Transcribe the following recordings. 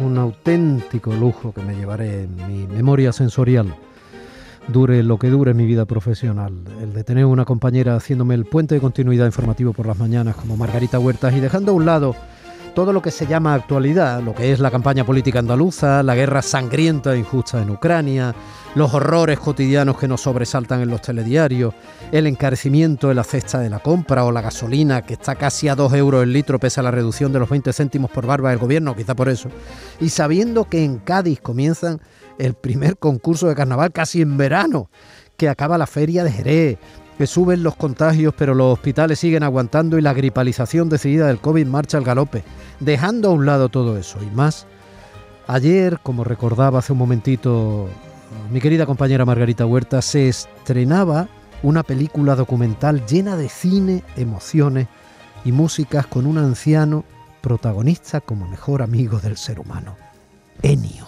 un auténtico lujo que me llevaré en mi memoria sensorial, dure lo que dure mi vida profesional, el de tener una compañera haciéndome el puente de continuidad informativo por las mañanas como Margarita Huertas y dejando a un lado todo lo que se llama actualidad, lo que es la campaña política andaluza, la guerra sangrienta e injusta en Ucrania, los horrores cotidianos que nos sobresaltan en los telediarios, el encarecimiento de la cesta de la compra o la gasolina que está casi a 2 euros el litro pese a la reducción de los 20 céntimos por barba del gobierno, quizá por eso, y sabiendo que en Cádiz comienzan el primer concurso de carnaval casi en verano, que acaba la feria de Jerez, que suben los contagios pero los hospitales siguen aguantando y la gripalización decidida del COVID marcha al galope, dejando a un lado todo eso y más. Ayer, como recordaba hace un momentito mi querida compañera Margarita Huerta, se estrenaba una película documental llena de cine, emociones y músicas con un anciano protagonista como mejor amigo del ser humano, Ennio.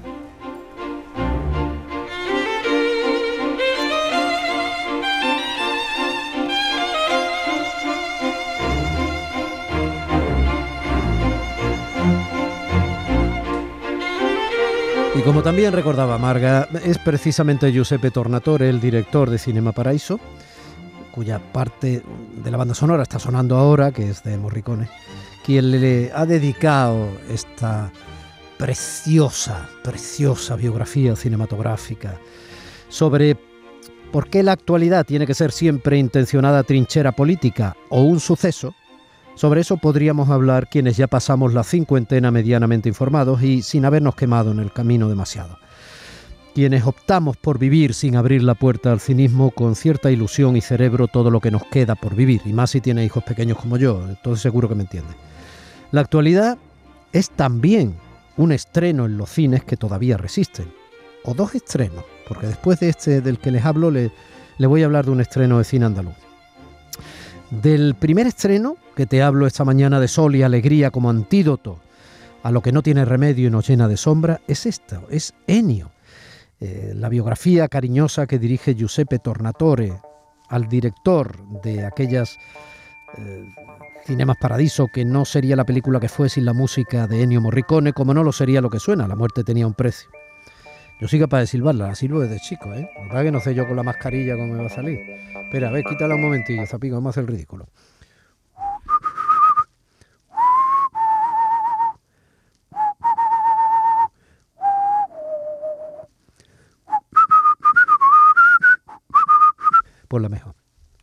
Y como también recordaba Marga, es precisamente Giuseppe Tornatore, el director de Cinema Paradiso, cuya parte de la banda sonora está sonando ahora, que es de Morricone, quien le ha dedicado esta preciosa biografía cinematográfica sobre por qué la actualidad tiene que ser siempre intencionada trinchera política o un suceso. Sobre eso podríamos hablar quienes ya pasamos la cincuentena medianamente informados y sin habernos quemado en el camino demasiado. Quienes optamos por vivir sin abrir la puerta al cinismo con cierta ilusión y cerebro todo lo que nos queda por vivir, y más si tiene hijos pequeños como yo, entonces seguro que me entiende. La actualidad es también un estreno en los cines que todavía resisten, o dos estrenos, porque después de este del que les hablo le voy a hablar de un estreno de cine andaluz. Del primer estreno que te hablo esta mañana de sol y alegría como antídoto a lo que no tiene remedio y nos llena de sombra, es esta, es Ennio, la biografía cariñosa que dirige Giuseppe Tornatore al director de aquellas Cinemas Paradiso, que no sería la película que fue sin la música de Ennio Morricone, como no lo sería lo que suena, La muerte tenía un precio. Yo soy capaz de silbarla, la silbo desde chico, Lo que pasa es que no sé yo con la mascarilla cómo me va a salir. Espera, a ver, quítala un momentillo, Zapico, vamos a hacer el ridículo. Pues la mejor.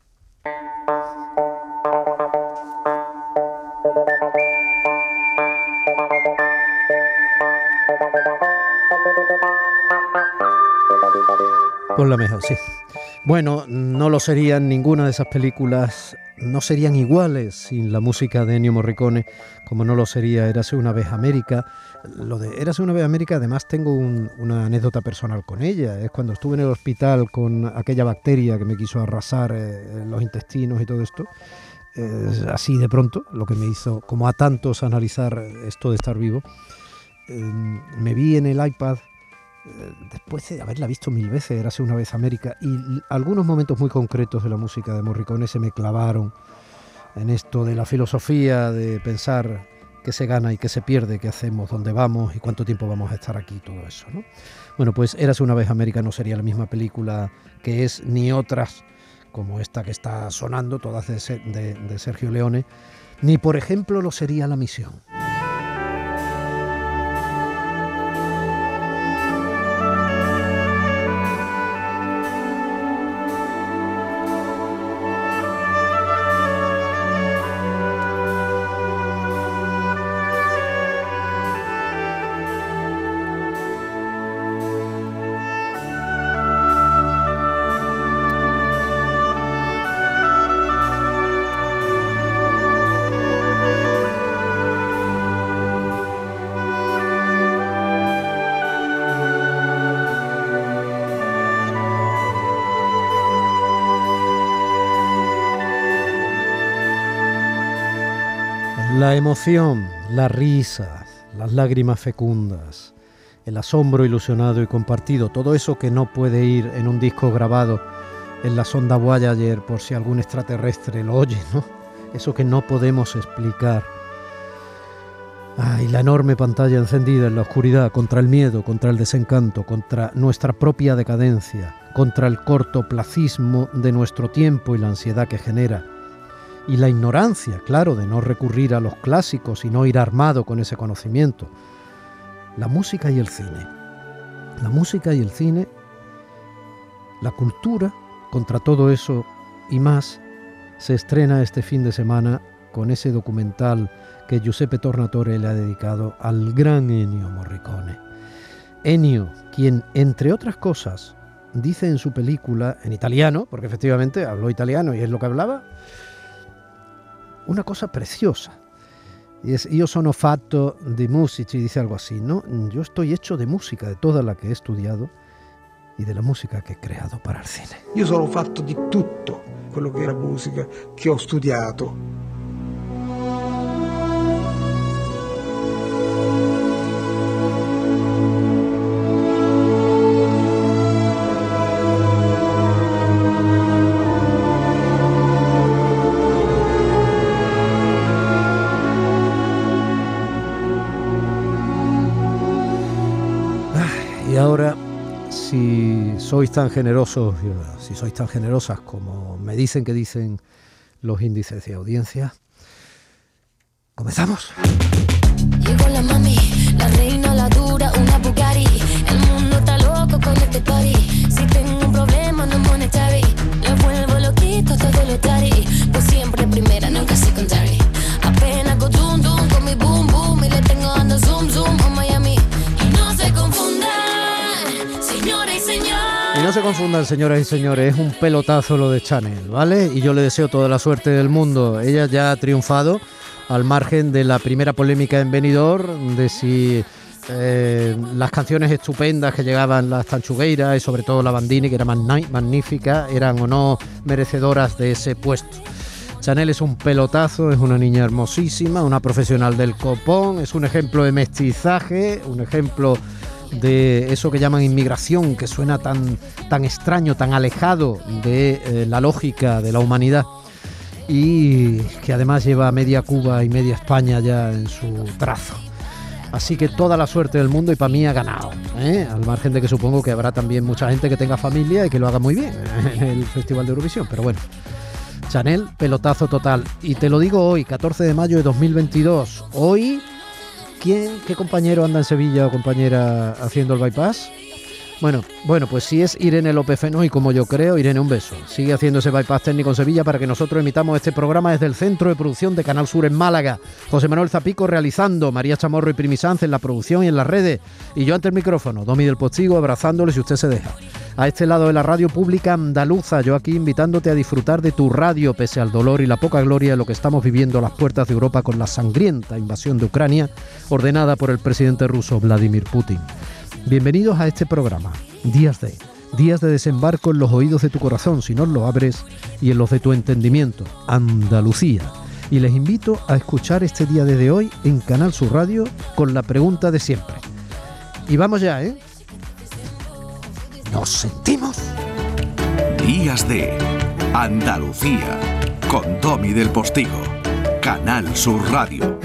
Pues la mejor, sí. Bueno, no lo serían ninguna de esas películas, no serían iguales sin la música de Ennio Morricone, como no lo sería Érase una vez América. Lo de Érase una vez América, además tengo una anécdota personal con ella. Es cuando estuve en el hospital con aquella bacteria que me quiso arrasar los intestinos y todo esto. Así de pronto, lo que me hizo, como a tantos, analizar esto de estar vivo. Me vi en el iPad, después de haberla visto 1000 veces, Érase una vez América, y algunos momentos muy concretos de la música de Morricone se me clavaron en esto de la filosofía de pensar qué se gana y qué se pierde, qué hacemos, dónde vamos y cuánto tiempo vamos a estar aquí, todo eso, ¿no? Bueno, pues Érase una vez América no sería la misma película que es, ni otras como esta que está sonando, todas de Sergio Leone, ni por ejemplo lo sería La misión. La emoción, la risa, las lágrimas fecundas, el asombro ilusionado y compartido, todo eso que no puede ir en un disco grabado en la sonda Voyager por si algún extraterrestre lo oye, ¿no? Eso que no podemos explicar. Y la enorme pantalla encendida en la oscuridad, contra el miedo, contra el desencanto, contra nuestra propia decadencia, contra el cortoplacismo de nuestro tiempo y la ansiedad que genera. Y la ignorancia, claro, de no recurrir a los clásicos y no ir armado con ese conocimiento. La música y el cine. La música y el cine, la cultura, contra todo eso y más, se estrena este fin de semana con ese documental que Giuseppe Tornatore le ha dedicado al gran Ennio Morricone. Ennio, quien, entre otras cosas, dice en su película, en italiano, porque efectivamente habló italiano y es lo que hablaba, una cosa preciosa. Y es: io sono fatto di musici, dice algo así, ¿no? Yo estoy hecho de música, de toda la que he estudiado y de la música che ho creato para il cine. Io sono fatto di tutto quello che è la musica che ho studiato. Y ahora, si sois tan generosos, si sois tan generosas como me dicen que dicen los índices de audiencia, ¿comenzamos? Llegó la mami, la reina, la dura, una Bugatti. El mundo está loco con este party. Si tengo un problema no monetary, lo vuelvo loquito todo lo tari. Pues siempre primera, nunca secondary. Apenas con zoom zoom con mi boom boom y le tengo dando zoom zoom a Miami. Y no se confundan, señora y señor. Y no se confundan, señoras y señores, es un pelotazo lo de Chanel, ¿vale? Y yo le deseo toda la suerte del mundo. Ella ya ha triunfado, al margen de la primera polémica en Benidorm, de si las canciones estupendas que llegaban, las Tanchugueiras y sobre todo la Bandini, que era magnífica, eran o no merecedoras de ese puesto. Chanel es un pelotazo, es una niña hermosísima, una profesional del copón, es un ejemplo de mestizaje, un ejemplo de eso que llaman inmigración, que suena tan extraño, tan alejado de la lógica de la humanidad, y que además lleva media Cuba y media España ya en su trazo. Así que toda la suerte del mundo, y para mí ha ganado, al margen de que supongo que habrá también mucha gente que tenga familia y que lo haga muy bien en el Festival de Eurovisión, pero bueno, Chanel, pelotazo total. Y te lo digo hoy, 14 de mayo de 2022, hoy, ¿qué compañero anda en Sevilla o compañera haciendo el bypass? Bueno, pues si es Irene López Fenoy, como yo creo, Irene, un beso. Sigue haciendo ese bypass técnico en Sevilla para que nosotros emitamos este programa desde el Centro de Producción de Canal Sur en Málaga. José Manuel Zapico realizando, María Chamorro y Primi Sanz en la producción y en las redes. Y yo ante el micrófono, Domi del Postigo, abrazándole si usted se deja. A este lado de la radio pública andaluza, yo aquí invitándote a disfrutar de tu radio, pese al dolor y la poca gloria de lo que estamos viviendo a las puertas de Europa con la sangrienta invasión de Ucrania, ordenada por el presidente ruso Vladimir Putin. Bienvenidos a este programa, Días de desembarco en los oídos de tu corazón, si no lo abres, y en los de tu entendimiento, Andalucía. Y les invito a escuchar este día desde hoy en Canal Sur Radio con la pregunta de siempre. Y vamos ya, ¿eh? ¡Nos sentimos! Días de Andalucía, con Domi del Postigo, Canal Sur Radio.